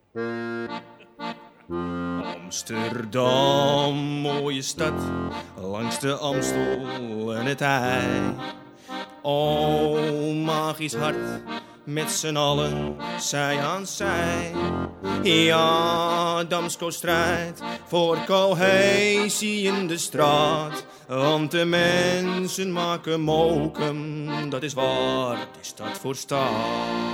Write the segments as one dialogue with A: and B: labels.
A: Amsterdam, mooie stad, langs de Amstel en het IJ. O, magisch hart, met z'n allen, zij aan zij. Ja, Damsko strijdt voor cohesie in de straat. Want de mensen maken mokum, dat is waar de stad voor staat.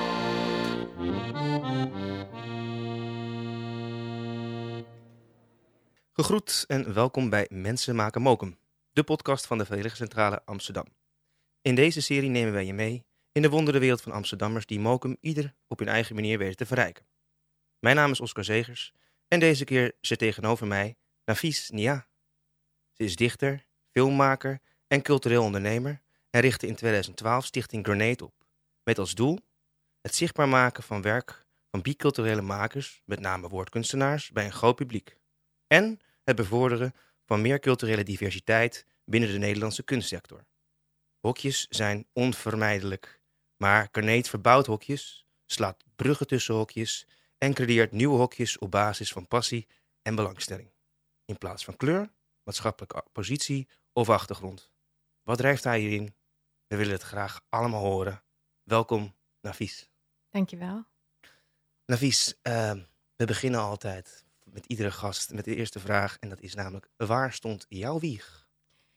B: Gegroet en welkom bij Mensen maken mokum, de podcast van de Vrijwilligerscentrale Amsterdam. In deze serie nemen wij je mee in de wonderenwereld van Amsterdammers die mokum ieder op hun eigen manier weten te verrijken. Mijn naam is Oscar Zegers en deze keer zit tegenover mij Nafis Nia. Ze is dichter, filmmaker en cultureel ondernemer en richtte in 2012 Stichting Grenade op. Met als doel het zichtbaar maken van werk van biculturele makers, met name woordkunstenaars, bij een groot publiek. En het bevorderen van meer culturele diversiteit binnen de Nederlandse kunstsector. Hokjes zijn onvermijdelijk, maar Grenade verbouwt hokjes, slaat bruggen tussen hokjes en creëert nieuwe hokjes op basis van passie en belangstelling. In plaats van kleur, maatschappelijke positie of achtergrond. Wat drijft hij hierin? We willen het graag allemaal horen. Welkom, Nafis.
C: Dankjewel.
B: Nafis, we beginnen altijd met iedere gast met de eerste vraag. En dat is namelijk, waar stond jouw wieg?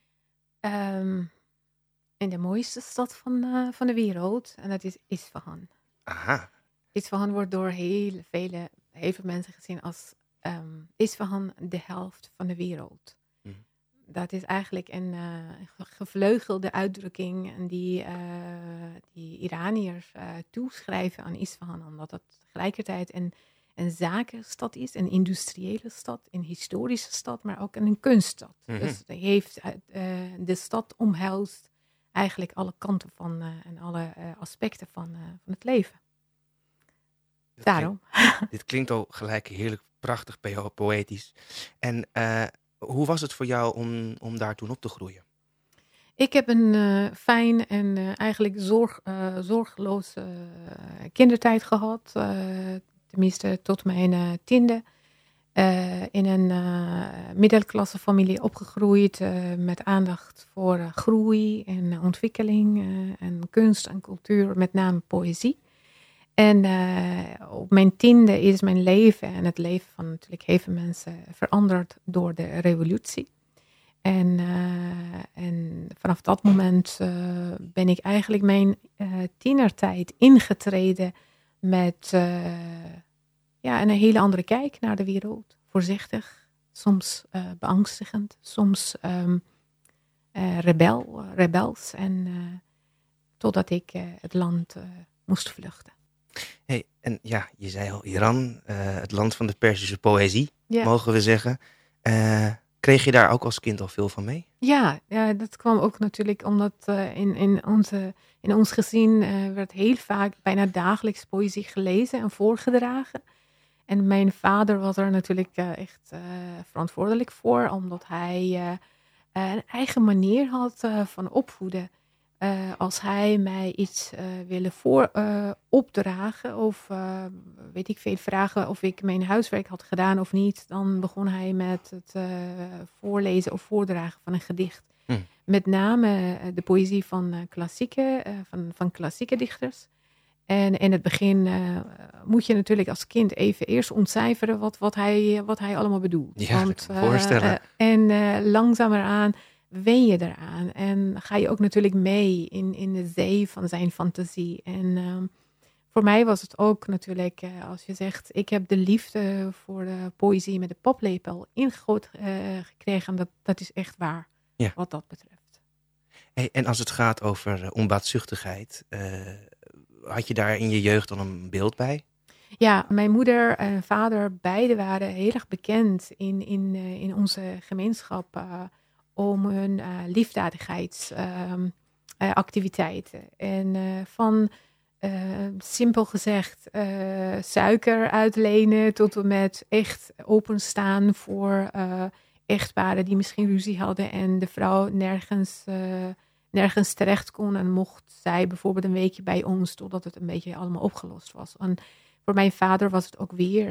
C: In de mooiste stad van de wereld. En dat is Isfahan.
B: Aha.
C: Isfahan wordt door heel veel mensen gezien als Isfahan de helft van de wereld. Dat is eigenlijk een gevleugelde uitdrukking en die Iraniërs toeschrijven aan Isfahan. Omdat dat tegelijkertijd een zakenstad is, een industriële stad, een historische stad, maar ook een kunststad. Dus de stad omhelst eigenlijk alle kanten van en alle aspecten van het leven. Daarom.
B: Dit klinkt al gelijk heerlijk prachtig, poëtisch. En hoe was het voor jou om daar toen op te groeien?
C: Ik heb een fijn en eigenlijk zorgeloze kindertijd gehad. Tenminste tot mijn 10e. In een middelklasse familie opgegroeid met aandacht voor groei en ontwikkeling en kunst en cultuur, met name poëzie. En op mijn 10e is mijn leven en het leven van natuurlijk heel veel mensen veranderd door de revolutie. En vanaf dat moment ben ik eigenlijk mijn tienertijd ingetreden met een hele andere kijk naar de wereld. Voorzichtig, soms beangstigend, soms rebels. En totdat ik het land moest vluchten.
B: Hey, en ja, je zei al Iran, het land van de Perzische poëzie, mogen we zeggen. Kreeg je daar ook als kind al veel van mee?
C: Ja, dat kwam ook natuurlijk omdat in ons gezin werd heel vaak bijna dagelijks poëzie gelezen en voorgedragen. En mijn vader was er natuurlijk echt verantwoordelijk voor, omdat hij een eigen manier had van opvoeden. Als hij mij iets wilde opdragen of weet ik veel vragen of ik mijn huiswerk had gedaan of niet, dan begon hij met het voorlezen of voordragen van een gedicht. Met name de poëzie van klassieke dichters. En in het begin moet je natuurlijk als kind even eerst ontcijferen wat hij allemaal bedoelt.
B: Ja, dat kan ik me voorstellen.
C: En langzamerhaan wen je eraan en ga je ook natuurlijk mee in de zee van zijn fantasie. En voor mij was het ook natuurlijk, als je zegt, ik heb de liefde voor de poëzie met de paplepel ingegoten gekregen. Dat is echt waar, wat dat betreft.
B: Hey, en als het gaat over onbaatzuchtigheid, had je daar in je jeugd dan een beeld bij?
C: Ja, mijn moeder en vader, beide waren heel erg bekend in onze gemeenschap om hun liefdadigheidsactiviteiten. En van simpel gezegd suiker uitlenen tot en met echt openstaan voor echtparen die misschien ruzie hadden en de vrouw nergens terecht kon en mocht zij bijvoorbeeld een weekje bij ons totdat het een beetje allemaal opgelost was. En voor mijn vader was het ook weer.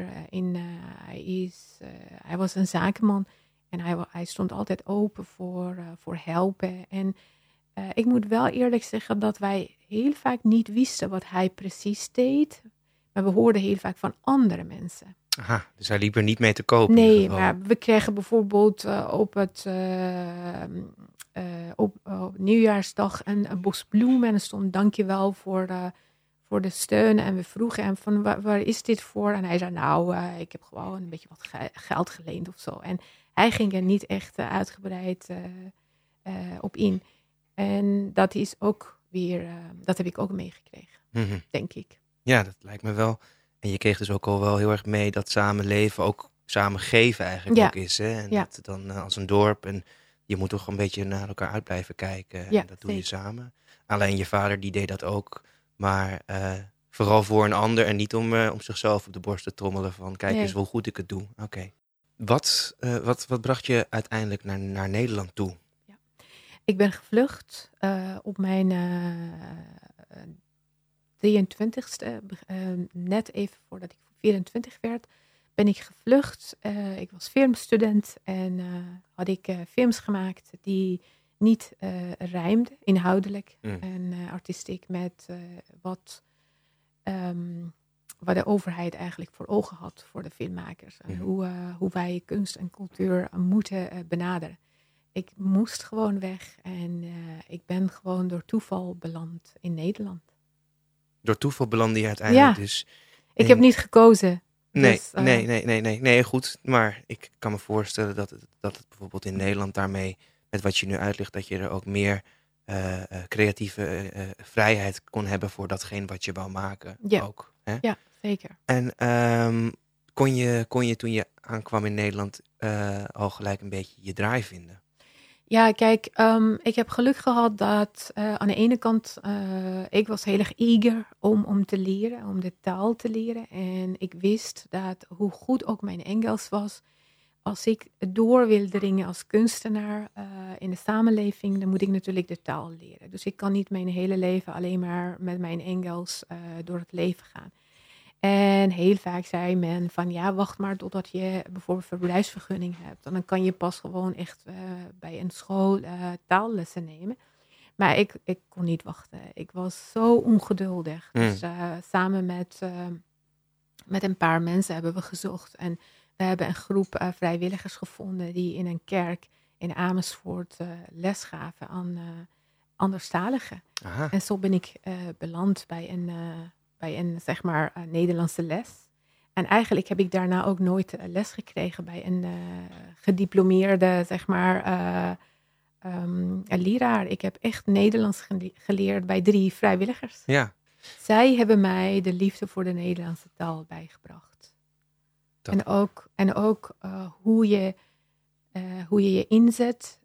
C: Hij was een zakenman en hij stond altijd open voor helpen. En ik moet wel eerlijk zeggen dat wij heel vaak niet wisten wat hij precies deed. Maar we hoorden heel vaak van andere mensen.
B: Aha, dus hij liep er niet mee te koop in ieder
C: Nee,
B: geval.
C: maar we kregen bijvoorbeeld op Nieuwjaarsdag een bos bloemen. En er stond dankjewel voor de steun. En we vroegen hem van waar is dit voor? En hij zei ik heb gewoon een beetje wat geld geleend of zo. En hij ging er niet echt uitgebreid op in. En dat is ook weer, dat heb ik ook meegekregen, denk ik.
B: Ja, dat lijkt me wel. En je kreeg dus ook al wel heel erg mee dat samenleven ook samen geven eigenlijk ook is. Hè? En dat dan als een dorp en je moet toch een beetje naar elkaar uit blijven kijken. En dat doe je samen. Alleen je vader die deed dat ook, maar vooral voor een ander en niet om zichzelf op de borst te trommelen van kijk eens hoe goed ik het doe. Oké. Wat bracht je uiteindelijk naar Nederland toe?
C: Ja. Ik ben gevlucht op mijn 23ste, net even voordat ik 24 werd, ben ik gevlucht. Ik was filmstudent en had ik films gemaakt die niet rijmden, inhoudelijk en artistiek, met wat de overheid eigenlijk voor ogen had voor de filmmakers. En hoe wij kunst en cultuur moeten benaderen. Ik moest gewoon weg en ik ben gewoon door toeval beland in Nederland.
B: Door toeval belandde je uiteindelijk dus.
C: Ik heb niet gekozen.
B: Nee,
C: dus,
B: nee, goed. Maar ik kan me voorstellen dat het bijvoorbeeld in Nederland daarmee, met wat je nu uitlegt, dat je er ook meer creatieve vrijheid kon hebben voor datgene wat je wou maken.
C: Ja,
B: ook, hè?
C: Ja, zeker.
B: En kon je toen je aankwam in Nederland al gelijk een beetje je draai vinden?
C: Ja, kijk, ik heb geluk gehad dat aan de ene kant ik was heel erg eager om te leren, om de taal te leren. En ik wist dat hoe goed ook mijn Engels was, als ik door wil dringen als kunstenaar in de samenleving, dan moet ik natuurlijk de taal leren. Dus ik kan niet mijn hele leven alleen maar met mijn Engels door het leven gaan. En heel vaak zei men van ja, wacht maar totdat je bijvoorbeeld verblijfsvergunning hebt. En dan kan je pas gewoon echt bij een school taallessen nemen. Maar ik kon niet wachten. Ik was zo ongeduldig. Dus samen met een paar mensen hebben we gezocht. En we hebben een groep vrijwilligers gevonden die in een kerk in Amersfoort les gaven aan anderstaligen.
B: Aha.
C: En zo ben ik beland bij een zeg maar Nederlandse les. En eigenlijk heb ik daarna ook nooit les gekregen bij een gediplomeerde zeg maar een leraar. Ik heb echt Nederlands geleerd bij 3 vrijwilligers.
B: Ja.
C: Zij hebben mij de liefde voor de Nederlandse taal bijgebracht. En ook hoe je je inzet.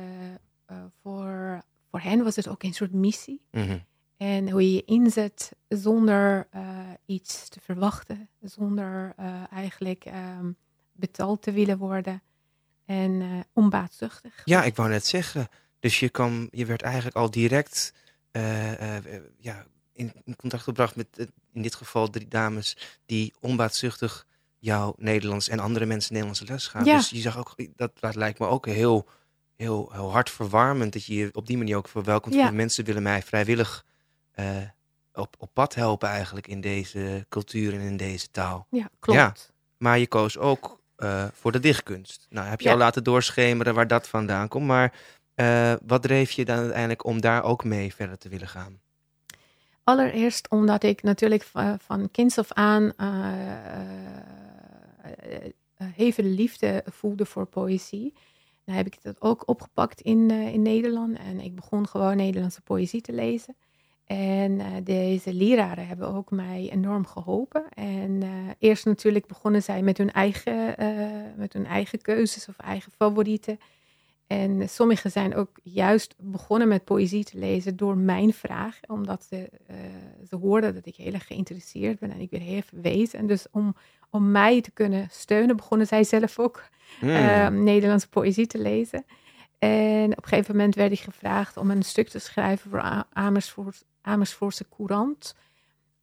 C: Voor hen was het ook een soort missie.
B: Mm-hmm.
C: En hoe je je inzet zonder iets te verwachten. Zonder eigenlijk betaald te willen worden. En onbaatzuchtig.
B: Ja, ik wou net zeggen. Dus je werd eigenlijk al direct in contact gebracht met in dit geval 3 dames die onbaatzuchtig jou Nederlands en andere mensen Nederlandse les gaven.
C: Ja.
B: Dus je zag ook, dat lijkt me ook heel, heel, heel hartverwarmend dat je op die manier ook verwelkomt.
C: Ja.
B: Voor mensen willen mij vrijwillig op pad helpen eigenlijk in deze cultuur en in deze taal.
C: Ja, klopt.
B: Ja, maar je koos ook voor de dichtkunst. Nou, heb je al laten doorschemeren waar dat vandaan komt. Maar wat dreef je dan uiteindelijk om daar ook mee verder te willen gaan?
C: Allereerst omdat ik natuurlijk van kinds af aan heel veel liefde voelde voor poëzie. Dan heb ik dat ook opgepakt in Nederland. En ik begon gewoon Nederlandse poëzie te lezen. En deze leraren hebben ook mij enorm geholpen. En eerst natuurlijk begonnen zij met hun eigen keuzes of eigen favorieten. En sommigen zijn ook juist begonnen met poëzie te lezen door mijn vragen. Omdat ze hoorden dat ik heel erg geïnteresseerd ben en ik wil heel even weten. En dus om mij te kunnen steunen begonnen zij zelf ook Nederlandse poëzie te lezen. En op een gegeven moment werd ik gevraagd om een stuk te schrijven voor Amersfoortse Courant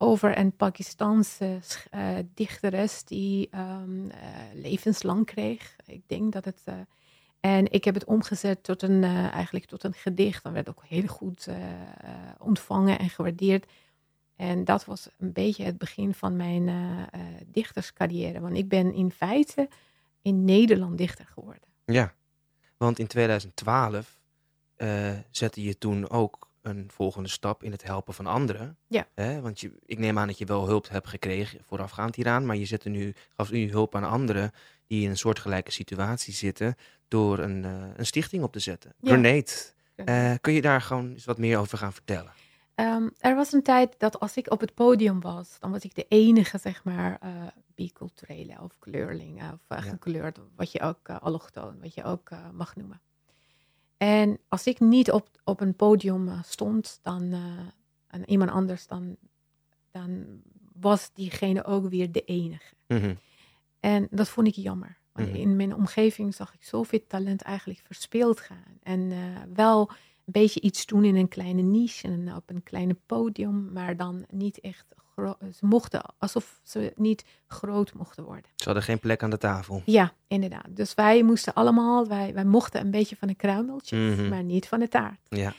C: over een Pakistanse dichteres die levenslang kreeg. Ik denk dat het... en ik heb het omgezet tot eigenlijk tot een gedicht. Dat werd ook heel goed ontvangen en gewaardeerd. En dat was een beetje het begin van mijn dichterscarrière. Want ik ben in feite in Nederland dichter geworden.
B: Ja, want in 2012 zette je toen ook een volgende stap in het helpen van anderen.
C: Ja.
B: Want ik neem aan dat je wel hulp hebt gekregen voorafgaand hieraan, maar je gaf nu hulp aan anderen die in een soortgelijke situatie zitten door een stichting op te zetten.
C: Ja.
B: Grenade. Kun je daar gewoon eens wat meer over gaan vertellen?
C: Er was een tijd dat als ik op het podium was, dan was ik de enige, zeg maar, biculturele of kleurling of gekleurd, wat je ook allochtoon, wat je ook mag noemen. En als ik niet op een podium stond, dan en iemand anders, dan was diegene ook weer de enige.
B: Mm-hmm.
C: En dat vond ik jammer. Want in mijn omgeving zag ik zoveel talent eigenlijk verspeeld gaan. En wel een beetje iets doen in een kleine niche en op een kleine podium, maar dan niet echt ze mochten, alsof ze niet groot mochten worden. Ze
B: hadden geen plek aan de tafel.
C: Ja, inderdaad. Dus wij moesten allemaal, wij mochten een beetje van de kruimeltjes, maar niet van de taart.
B: Ja.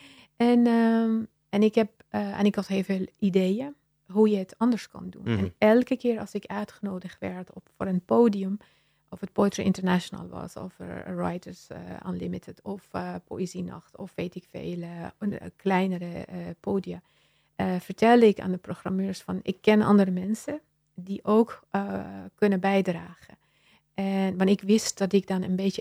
C: En ik had heel veel ideeën hoe je het anders kan doen. En elke keer als ik uitgenodigd werd voor een podium, of het Poetry International was, of Writers Unlimited, of Poëzienacht, of weet ik veel, kleinere podia, vertelde ik aan de programmeurs van, ik ken andere mensen die ook kunnen bijdragen. Want ik wist dat ik dan een beetje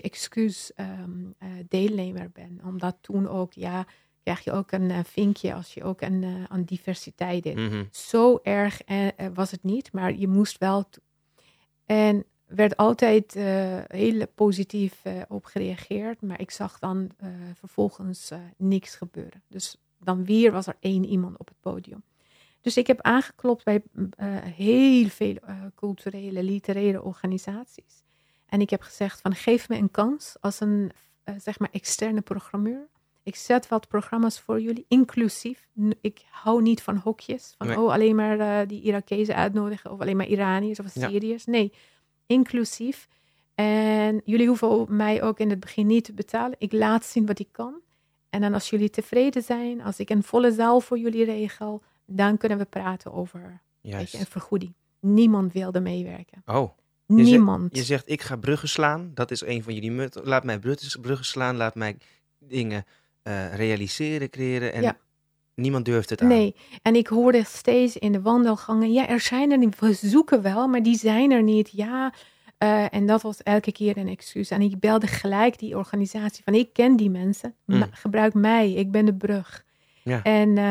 C: deelnemer ben. Omdat toen ook, krijg je ook een vinkje als je ook aan diversiteit deed.
B: Mm-hmm.
C: Zo erg was het niet, maar je moest wel... En werd altijd heel positief op gereageerd, maar ik zag dan vervolgens niks gebeuren. Dus dan weer was er één iemand op het podium. Dus ik heb aangeklopt bij heel veel culturele, literaire organisaties. En ik heb gezegd van, geef me een kans als een zeg maar externe programmeur. Ik zet wat programma's voor jullie, inclusief. Ik hou niet van hokjes, van alleen maar die Irakezen uitnodigen, of alleen maar Iraniërs of Syriërs. Nee, inclusief. En jullie hoeven mij ook in het begin niet te betalen. Ik laat zien wat ik kan. En dan als jullie tevreden zijn, als ik een volle zaal voor jullie regel, dan kunnen we praten over een vergoeding. Niemand wilde meewerken.
B: Oh.
C: Niemand.
B: Je zegt, ik ga bruggen slaan. Dat is een van jullie laat mij bruggen slaan. Laat mij dingen realiseren, creëren. En niemand durft het aan.
C: Nee. En ik hoorde steeds in de wandelgangen, er zijn er niet. We zoeken wel, maar die zijn er niet. En dat was elke keer een excuus. En ik belde gelijk die organisatie van, ik ken die mensen. Gebruik mij, ik ben de brug.
B: Ja.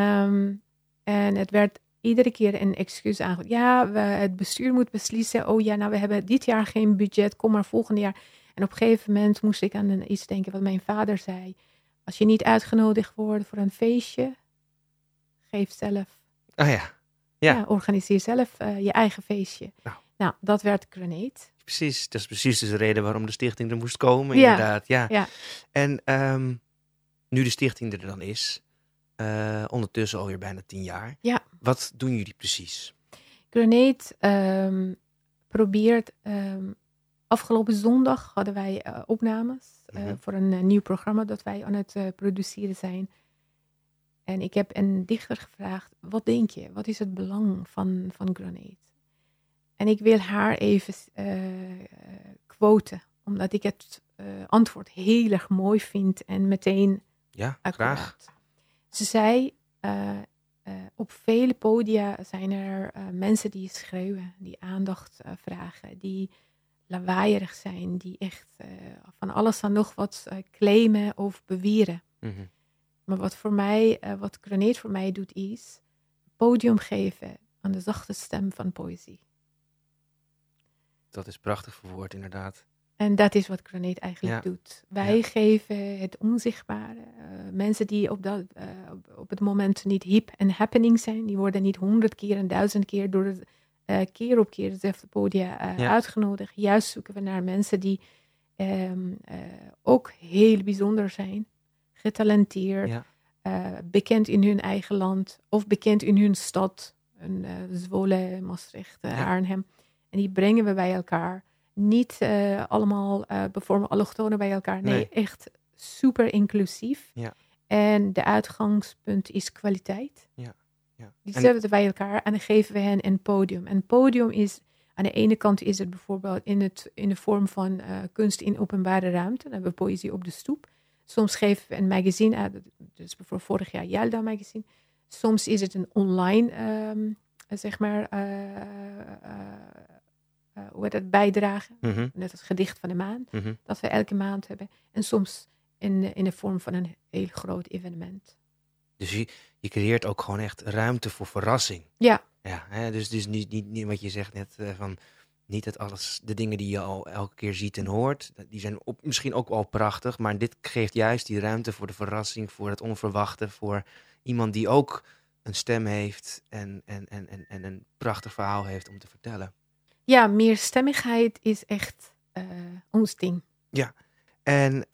C: En het werd iedere keer een excuus aangegeven. Het bestuur moet beslissen. We hebben dit jaar geen budget. Kom maar volgend jaar. En op een gegeven moment moest ik aan iets denken wat mijn vader zei. Als je niet uitgenodigd wordt voor een feestje, geef zelf.
B: Ja,
C: organiseer zelf je eigen feestje. Nou, dat werd Grenade.
B: Precies, dat is precies dus de reden waarom de stichting er moest komen, inderdaad. Ja. En nu de stichting er dan is, ondertussen alweer bijna 10 jaar.
C: Ja.
B: Wat doen jullie precies?
C: Grenade probeert... afgelopen zondag hadden wij opnames voor een nieuw programma dat wij aan het produceren zijn. En ik heb een dichter gevraagd, wat denk je? Wat is het belang van Grenade? En ik wil haar even quoten, omdat ik het antwoord heel erg mooi vind en meteen
B: graag.
C: Ze zei, op vele podia zijn er mensen die schreeuwen, die aandacht vragen, die lawaaierig zijn, die echt van alles en nog wat claimen of beweren.
B: Mm-hmm.
C: Maar wat Grenade voor mij doet is podium geven aan de zachte stem van poëzie.
B: Dat is prachtig verwoord, inderdaad.
C: En dat is wat Grenade eigenlijk doet. Wij geven het onzichtbare. Mensen die op het moment niet hip en happening zijn, die worden niet 100 keer en 1000 keer door keer op keer dezelfde podia uitgenodigd. Juist zoeken we naar mensen die ook heel bijzonder zijn. Getalenteerd, bekend in hun eigen land of bekend in hun stad. Zwolle, Maastricht,
B: Ja.
C: Arnhem. En die brengen we bij elkaar. Niet allemaal bijvoorbeeld allochtonen bij elkaar. Nee,
B: Nee.
C: echt super inclusief.
B: Ja.
C: En de uitgangspunt is kwaliteit.
B: Ja.
C: Die
B: En-
C: zetten we bij elkaar en dan geven we hen een podium. En podium is, aan de ene kant is het bijvoorbeeld in de vorm van kunst in openbare ruimte. Dan hebben we poëzie op de stoep. Soms geven we een magazine uit, dus bijvoorbeeld vorig jaar Yalda magazine. Soms is het een online, zeg maar, hoe heet het, bijdrage.
B: Mhm,
C: Net als gedicht van de maand,
B: mhm.
C: dat we elke maand hebben. En soms in de vorm van een heel groot evenement.
B: Dus je creëert ook gewoon echt ruimte voor verrassing.
C: Ja,
B: Ja, hè? Dus niet wat je zegt net van... Niet dat alles, de dingen die je al elke keer ziet en hoort... die zijn misschien ook wel prachtig... maar dit geeft juist die ruimte voor de verrassing... voor het onverwachte, voor iemand die ook een stem heeft... en een prachtig verhaal heeft om te vertellen.
C: ja, meerstemmigheid is echt ons ding.
B: En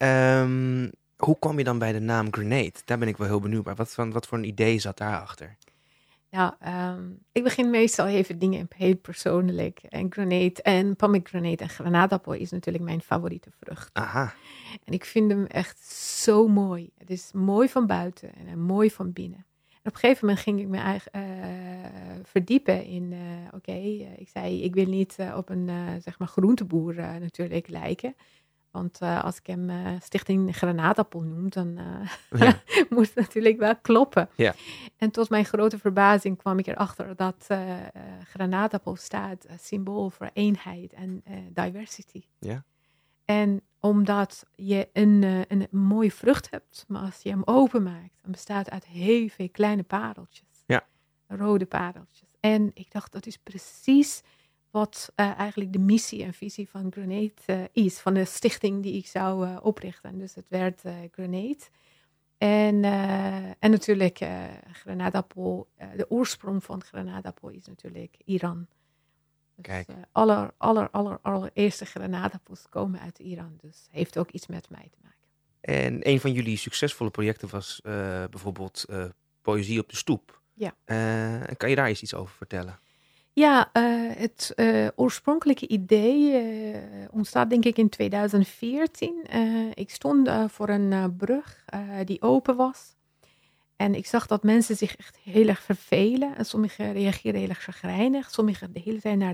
B: hoe kwam je dan bij de naam Grenade? Daar ben ik wel heel benieuwd naar. Wat voor een idee zat daarachter?
C: Nou, ik begin meestal even dingen heel persoonlijk. En granate en pomegranate en granaatappel is natuurlijk mijn favoriete vrucht.
B: Aha,
C: En ik vind hem echt zo mooi. Het is mooi van buiten en mooi van binnen. En op een gegeven moment ging ik me verdiepen in, ik zei, ik wil niet op een, zeg maar, groenteboer natuurlijk lijken. Want als ik hem Stichting Granaatappel noem, dan
B: ja.
C: moet het natuurlijk wel kloppen.
B: Ja.
C: En tot mijn grote verbazing kwam ik erachter dat granaatappel staat symbool voor eenheid en diversity.
B: Ja.
C: En omdat je een mooie vrucht hebt, maar als je hem openmaakt, dan bestaat het uit heel veel kleine pareltjes.
B: Ja.
C: Rode pareltjes. En ik dacht, dat is precies wat eigenlijk de missie en visie van Grenade is. Van de stichting die ik zou oprichten. Dus het werd Grenade. En natuurlijk granaatappel. De oorsprong van granaatappel is natuurlijk Iran. Dus,
B: Kijk.
C: allereerste granaatappels komen uit Iran. Dus heeft ook iets met mij te maken.
B: En een van jullie succesvolle projecten was bijvoorbeeld Poëzie op de Stoep.
C: Ja.
B: Kan je daar eens iets over vertellen?
C: Ja, het oorspronkelijke idee ontstaat denk ik in 2014. Ik stond voor een brug die open was. En ik zag dat mensen zich echt heel erg vervelen. En sommigen reageerden heel erg chagrijnig. Sommigen de hele tijd naar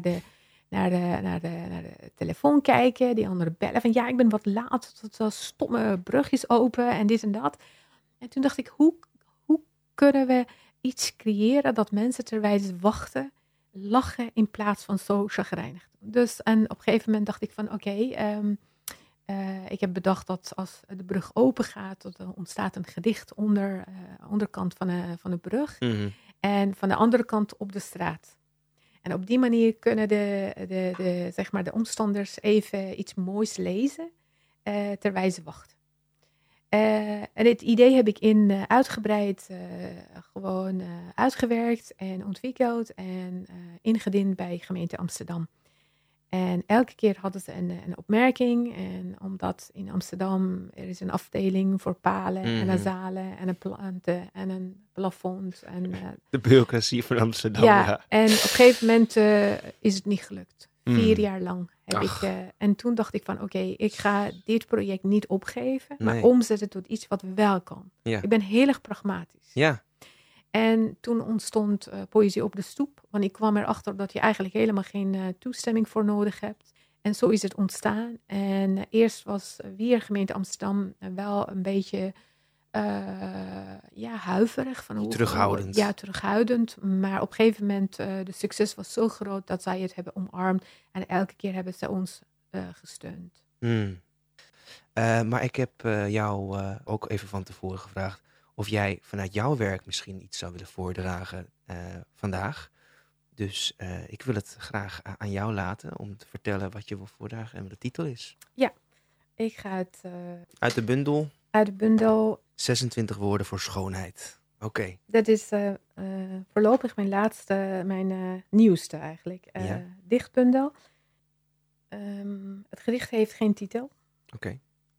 C: de telefoon kijken. Die anderen bellen van ja, ik ben wat laat. Dat stomme brug is open en dit en dat. En toen dacht ik, hoe kunnen we iets creëren dat mensen terwijl ze wachten, lachen in plaats van zo chagrijnig. Dus en op een gegeven moment dacht ik van ik heb bedacht dat als de brug open gaat, dat er ontstaat een gedicht onderkant van de brug.
B: Mhm.
C: En van de andere kant op de straat. En op die manier kunnen zeg maar de omstanders even iets moois lezen terwijl ze wachten. En dit idee heb ik uitgebreid gewoon uitgewerkt en ontwikkeld en ingediend bij gemeente Amsterdam. En elke keer hadden ze een opmerking. En omdat in Amsterdam er is een afdeling voor palen en een zalen en een planten en een plafond. En,
B: De bureaucratie van Amsterdam, ja.
C: En op een gegeven moment is het niet gelukt. 4 jaar lang heb
B: Ach.
C: ik. En toen dacht ik van oké, ik ga dit project niet opgeven, maar
B: Nee.
C: omzetten tot iets wat wel kan.
B: Ja.
C: Ik ben heel erg pragmatisch.
B: Ja,
C: En toen ontstond Poëzie op de Stoep. Want ik kwam erachter dat je eigenlijk helemaal geen toestemming voor nodig hebt. En zo is het ontstaan. En eerst was weer gemeente Amsterdam wel een beetje huiverig. Van
B: Terughoudend.
C: Ja, terughoudend. Maar op een gegeven moment, de succes was zo groot dat zij het hebben omarmd. En elke keer hebben ze ons gesteund.
B: Maar ik heb jou ook even van tevoren gevraagd of jij vanuit jouw werk misschien iets zou willen voordragen vandaag. Dus ik wil het graag aan jou laten om te vertellen wat je wil voordragen en wat de titel is.
C: Ik ga het
B: Uit de bundel
C: uit de bundel.
B: 26 woorden voor schoonheid. Oké.
C: Dat is voorlopig mijn nieuwste eigenlijk.
B: Ja.
C: Dichtbundel. Het gedicht heeft geen titel.
B: Oké.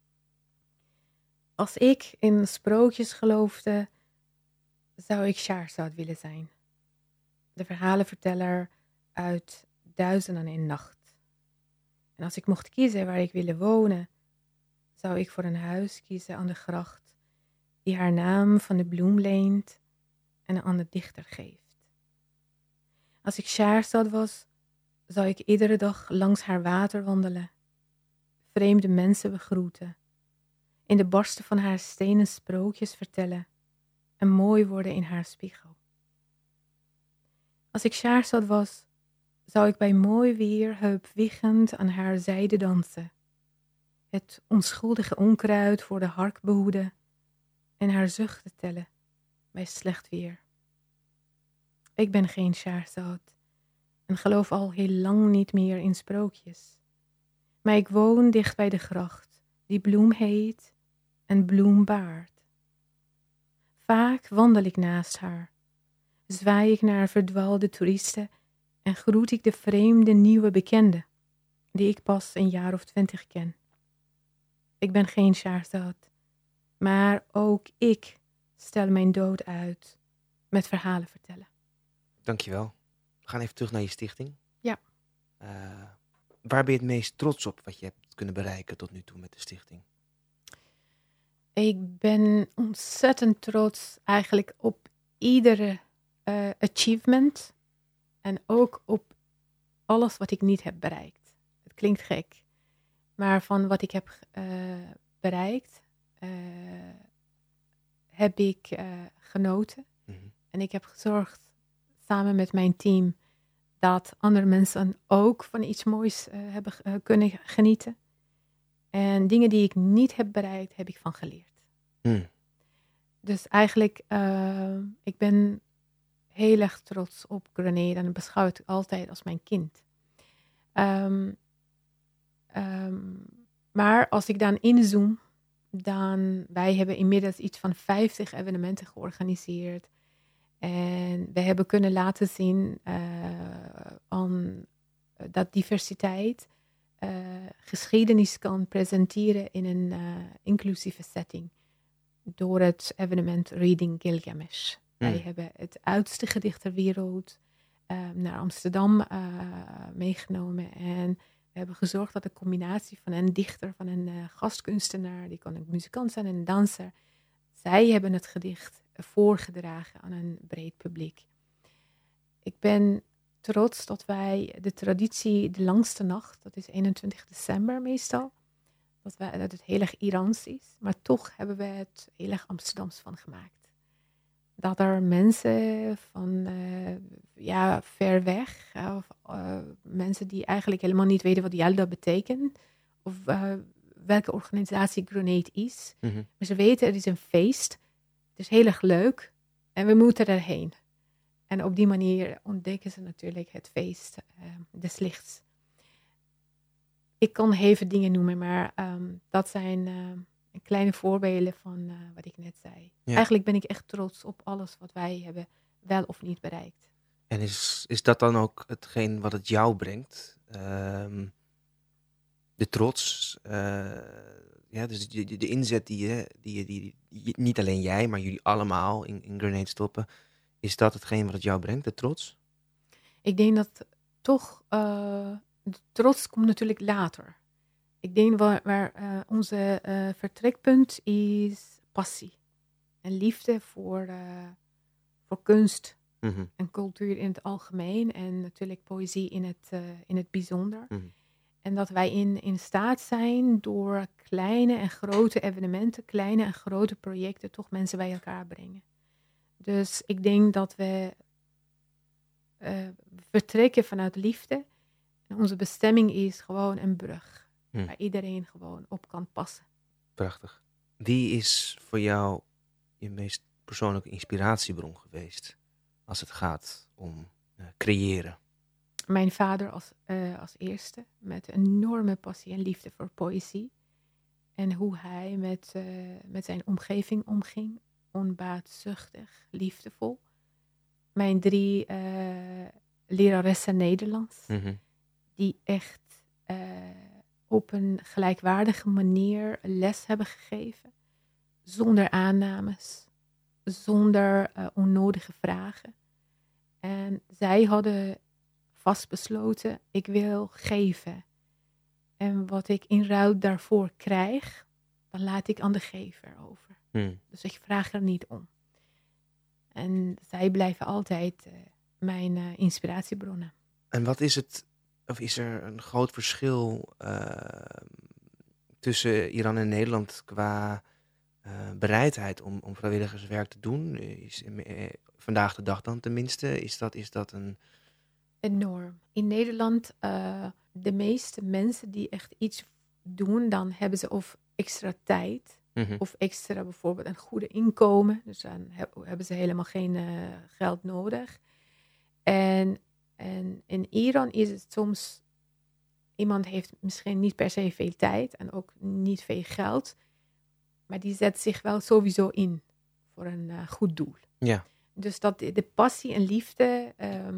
C: Als ik in sprookjes geloofde, zou ik Sjaarzout willen zijn. de verhalenverteller uit 1001 Nacht. En als ik mocht kiezen waar ik wilde wonen, zou ik voor een huis kiezen aan de gracht, die haar naam van de bloem leent en aan de dichter geeft. Als ik Sjaarstad was, zou ik iedere dag langs haar water wandelen, vreemde mensen begroeten, in de barsten van haar stenen sprookjes vertellen en mooi worden in haar spiegel. Als ik Sjaarstad was, zou ik bij mooi weer heupwiegend aan haar zijde dansen, het onschuldige onkruid voor de hark behoeden en haar zuchten tellen bij slecht weer. Ik ben geen Sjaarstad en geloof al heel lang niet meer in sprookjes. Maar ik woon dicht bij de gracht, die bloem heet en bloem baart. Vaak wandel ik naast haar, zwaai ik naar verdwaalde toeristen en groet ik de vreemde nieuwe bekende, die ik pas een jaar of 20 ken. Ik ben geen Sjaarstad, maar ook ik stel mijn dood uit met verhalen vertellen.
B: Dankjewel. We gaan even terug naar je stichting.
C: Ja.
B: Waar ben je het meest trots op wat je hebt kunnen bereiken tot nu toe met de stichting?
C: Ik ben ontzettend trots eigenlijk op iedere achievement en ook op alles wat ik niet heb bereikt. Het klinkt gek, maar van wat ik heb bereikt heb ik genoten.
B: Mm-hmm.
C: En ik heb gezorgd samen met mijn team dat andere mensen ook van iets moois hebben kunnen genieten. En dingen die ik niet heb bereikt, heb ik van geleerd.
B: Mm.
C: Dus eigenlijk, ik ben heel erg trots op Grenade en beschouw het altijd als mijn kind. Maar als ik dan inzoom, wij hebben inmiddels iets van 50 evenementen georganiseerd. En we hebben kunnen laten zien dat diversiteit geschiedenis kan presenteren in een inclusieve setting. Door het evenement Reading Gilgamesh. Wij hebben het oudste gedicht ter wereld naar Amsterdam meegenomen. En we hebben gezorgd dat de combinatie van een dichter, van een gastkunstenaar, die kan ook muzikant zijn en een danser. Zij hebben het gedicht voorgedragen aan een breed publiek. Ik ben trots dat wij de traditie De Langste Nacht, dat is 21 december meestal, dat het heel erg Iraans is, maar toch hebben we het heel erg Amsterdams van gemaakt. Dat er mensen van ver weg, mensen die eigenlijk helemaal niet weten wat Yalda betekent, of welke organisatie Grenade is.
B: Mm-hmm.
C: Maar ze weten, het is een feest, het is heel erg leuk en we moeten erheen. En op die manier ontdekken ze natuurlijk het feest des lichts. Ik kan heel veel dingen noemen, maar dat zijn kleine voorbeelden van wat ik net zei.
B: Ja.
C: Eigenlijk ben ik echt trots op alles wat wij hebben wel of niet bereikt.
B: En is dat dan ook hetgeen wat het jou brengt? De trots, dus de inzet die niet alleen jij, maar jullie allemaal in Grenade stoppen. Is dat hetgeen wat het jou brengt, de trots?
C: Ik denk dat toch, de trots komt natuurlijk later. Ik denk waar onze vertrekpunt is passie. En liefde voor kunst
B: Mm-hmm.
C: en cultuur in het algemeen. En natuurlijk poëzie in het bijzonder.
B: Mm-hmm.
C: En dat wij in staat zijn door kleine en grote evenementen, kleine en grote projecten, toch mensen bij elkaar brengen. Dus ik denk dat we vertrekken vanuit liefde. En onze bestemming is gewoon een brug. Waar iedereen gewoon op kan passen.
B: Prachtig. Wie is voor jou je meest persoonlijke inspiratiebron geweest als het gaat om creëren?
C: Mijn vader als eerste, met een enorme passie en liefde voor poëzie. En hoe hij met zijn omgeving omging. Onbaatzuchtig, liefdevol. Mijn 3 leraressen Nederlands.
B: Mm-hmm.
C: Die echt op een gelijkwaardige manier les hebben gegeven. Zonder aannames. Zonder onnodige vragen. En zij hadden vastbesloten, ik wil geven. En wat ik in ruil daarvoor krijg, dan laat ik aan de gever over. Dus ik vraag er niet om. En zij blijven altijd mijn inspiratiebronnen.
B: En wat is het, of is er een groot verschil tussen Iran en Nederland qua bereidheid om vrijwilligerswerk te doen? Vandaag de dag dan tenminste, is dat een...
C: Enorm. In Nederland, de meeste mensen die echt iets doen, dan hebben ze of extra tijd, of extra bijvoorbeeld een goede inkomen. Dus dan hebben ze helemaal geen geld nodig. En in Iran is het soms, iemand heeft misschien niet per se veel tijd en ook niet veel geld, maar die zet zich wel sowieso in voor een goed doel.
B: Ja.
C: Dus dat de passie en liefde...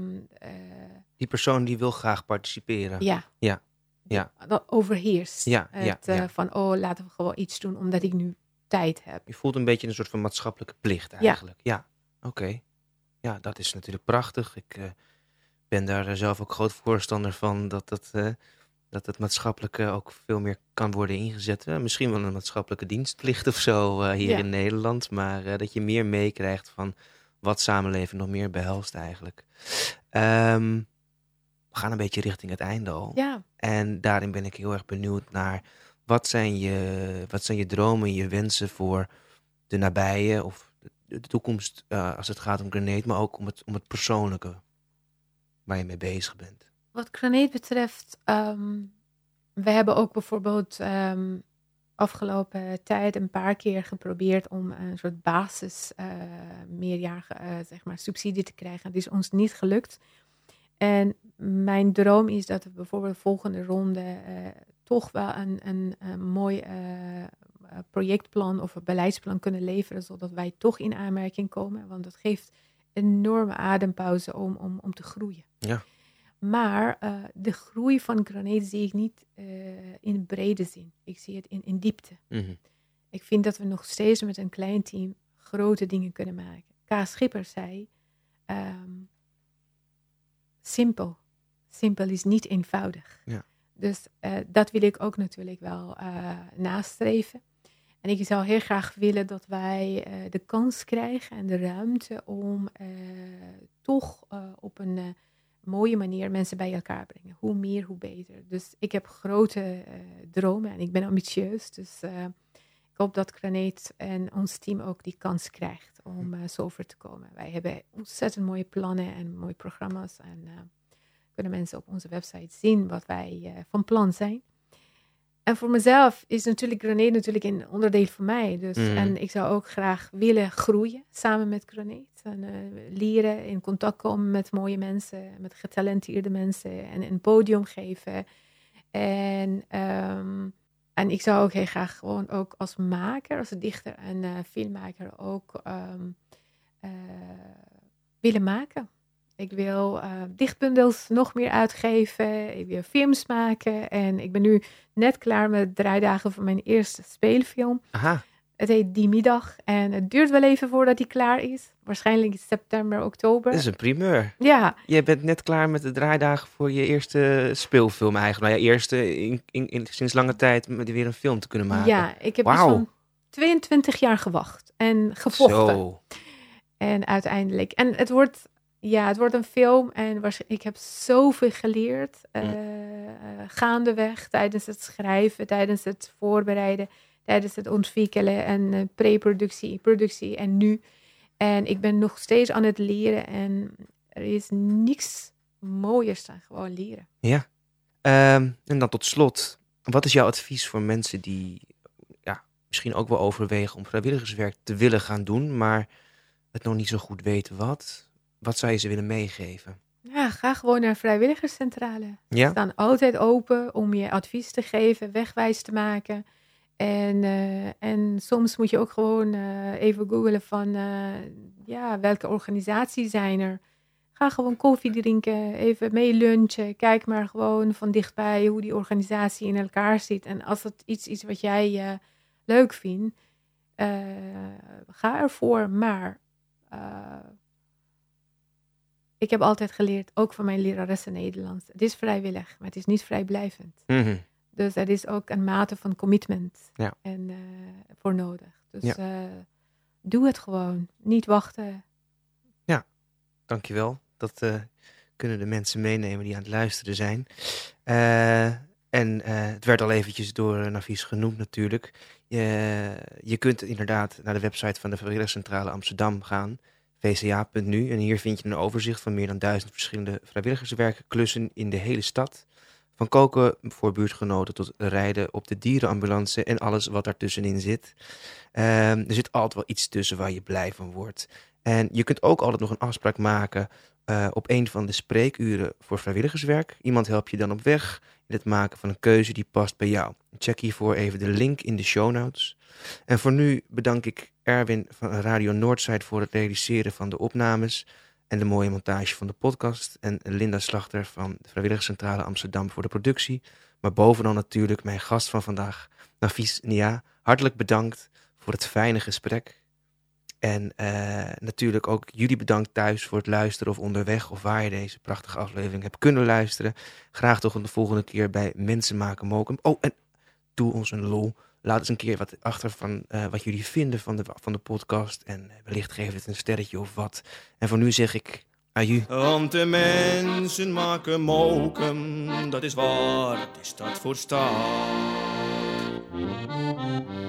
B: die persoon die wil graag participeren.
C: Ja. Dat overheerst.
B: Ja.
C: Van, laten we gewoon iets doen omdat ik nu tijd heb.
B: Je voelt een beetje een soort van maatschappelijke plicht eigenlijk. Ja. Oké. Ja, dat is natuurlijk prachtig. Ik ben daar zelf ook groot voorstander van dat het maatschappelijke ook veel meer kan worden ingezet. Misschien wel een maatschappelijke dienstplicht of zo hier in Nederland. Maar dat je meer meekrijgt van wat samenleving nog meer behelst eigenlijk. We gaan een beetje richting het einde al.
C: Ja.
B: En daarin ben ik heel erg benieuwd naar wat zijn je dromen, je wensen voor de nabije of de toekomst als het gaat om Grenade, maar ook om het persoonlijke waar je mee bezig bent.
C: Wat Grenade betreft, we hebben ook bijvoorbeeld afgelopen tijd een paar keer geprobeerd om een soort basis meerjarige subsidie te krijgen. Het is ons niet gelukt. En mijn droom is dat we bijvoorbeeld de volgende ronde toch wel een mooi projectplan of een beleidsplan kunnen leveren, zodat wij toch in aanmerking komen. Want dat geeft enorme adempauze om te groeien.
B: Ja.
C: Maar de groei van Grenade zie ik niet in brede zin. Ik zie het in diepte.
B: Mm-hmm.
C: Ik vind dat we nog steeds met een klein team grote dingen kunnen maken. K. Schipper zei, simpel. Simpel is niet eenvoudig.
B: Ja.
C: Dus dat wil ik ook natuurlijk wel nastreven. En ik zou heel graag willen dat wij de kans krijgen en de ruimte om toch op een mooie manier mensen bij elkaar brengen. Hoe meer, hoe beter. Dus ik heb grote dromen en ik ben ambitieus. Dus ik hoop dat Grenade en ons team ook die kans krijgt om zover te komen. Wij hebben ontzettend mooie plannen en mooie programma's. En kunnen mensen op onze website zien wat wij van plan zijn. En voor mezelf is natuurlijk Grenade een onderdeel van mij. Dus, En ik zou ook graag willen groeien samen met Grenade. En leren, in contact komen met mooie mensen, met getalenteerde mensen. En een podium geven. En ik zou ook heel graag gewoon ook als maker, als dichter en filmmaker ook willen maken. Ik wil dichtbundels nog meer uitgeven. Ik wil films maken. En ik ben nu net klaar met 3 dagen van mijn eerste speelfilm.
B: Aha.
C: Het heet Die Middag. En het duurt wel even voordat die klaar is. Waarschijnlijk in september, oktober.
B: Dat is een primeur.
C: Ja.
B: Je bent net klaar met de draaidagen voor je eerste speelfilm eigenlijk. Nou ja, eerste sinds lange tijd weer een film te kunnen maken.
C: Ja, ik heb dus van 22 jaar gewacht. En gevochten.
B: Zo.
C: En uiteindelijk. En het wordt een film en ik heb zoveel geleerd gaandeweg tijdens het schrijven, tijdens het voorbereiden, tijdens het ontwikkelen en pre-productie, productie en nu. En ik ben nog steeds aan het leren en er is niks mooiers dan gewoon leren.
B: Ja. En dan tot slot, wat is jouw advies voor mensen die misschien ook wel overwegen om vrijwilligerswerk te willen gaan doen, maar het nog niet zo goed weten wat? Wat zou je ze willen meegeven?
C: Ja, ga gewoon naar vrijwilligerscentrale.
B: Ja?
C: Ze staan altijd open om je advies te geven, wegwijs te maken. En soms moet je ook gewoon even googlen van welke organisaties zijn er. Ga gewoon koffie drinken, even mee lunchen. Kijk maar gewoon van dichtbij hoe die organisatie in elkaar zit. En als het iets is wat jij leuk vindt, ga ervoor. Maar ik heb altijd geleerd, ook van mijn leraressen Nederlands. Het is vrijwillig, maar het is niet vrijblijvend.
B: Mm-hmm.
C: Dus er is ook een mate van commitment en, voor nodig. Dus doe het gewoon. Niet wachten.
B: Ja, dankjewel. Dat kunnen de mensen meenemen die aan het luisteren zijn. Het werd al eventjes door Nafis genoemd natuurlijk. Je kunt inderdaad naar de website van de Vrijwilligerscentrale Amsterdam gaan. vca.nu. En hier vind je een overzicht van meer dan 1000 verschillende vrijwilligerswerkklussen in de hele stad. Van koken voor buurtgenoten tot rijden op de dierenambulance en alles wat daartussenin zit. Er zit altijd wel iets tussen waar je blij van wordt. En je kunt ook altijd nog een afspraak maken op een van de spreekuren voor vrijwilligerswerk. Iemand helpt je dan op weg in het maken van een keuze die past bij jou. Check hiervoor even de link in de show notes. En voor nu bedank ik Erwin van Radio Noordside voor het realiseren van de opnames en de mooie montage van de podcast. En Linda Slachter van de Vrijwilligerscentrale Amsterdam voor de productie. Maar bovenal natuurlijk mijn gast van vandaag, Nafis Nia. Hartelijk bedankt voor het fijne gesprek. En natuurlijk ook jullie bedankt thuis voor het luisteren of onderweg of waar je deze prachtige aflevering hebt kunnen luisteren. Graag toch de volgende keer bij Mensen Maken Mokum. Oh, en doe ons een lol. Laat eens een keer wat achter van wat jullie vinden van de podcast. En wellicht geef het een sterretje of wat. En voor nu zeg ik aju.
A: Want de mensen maken mokum, dat is waar, het is dat voor staat.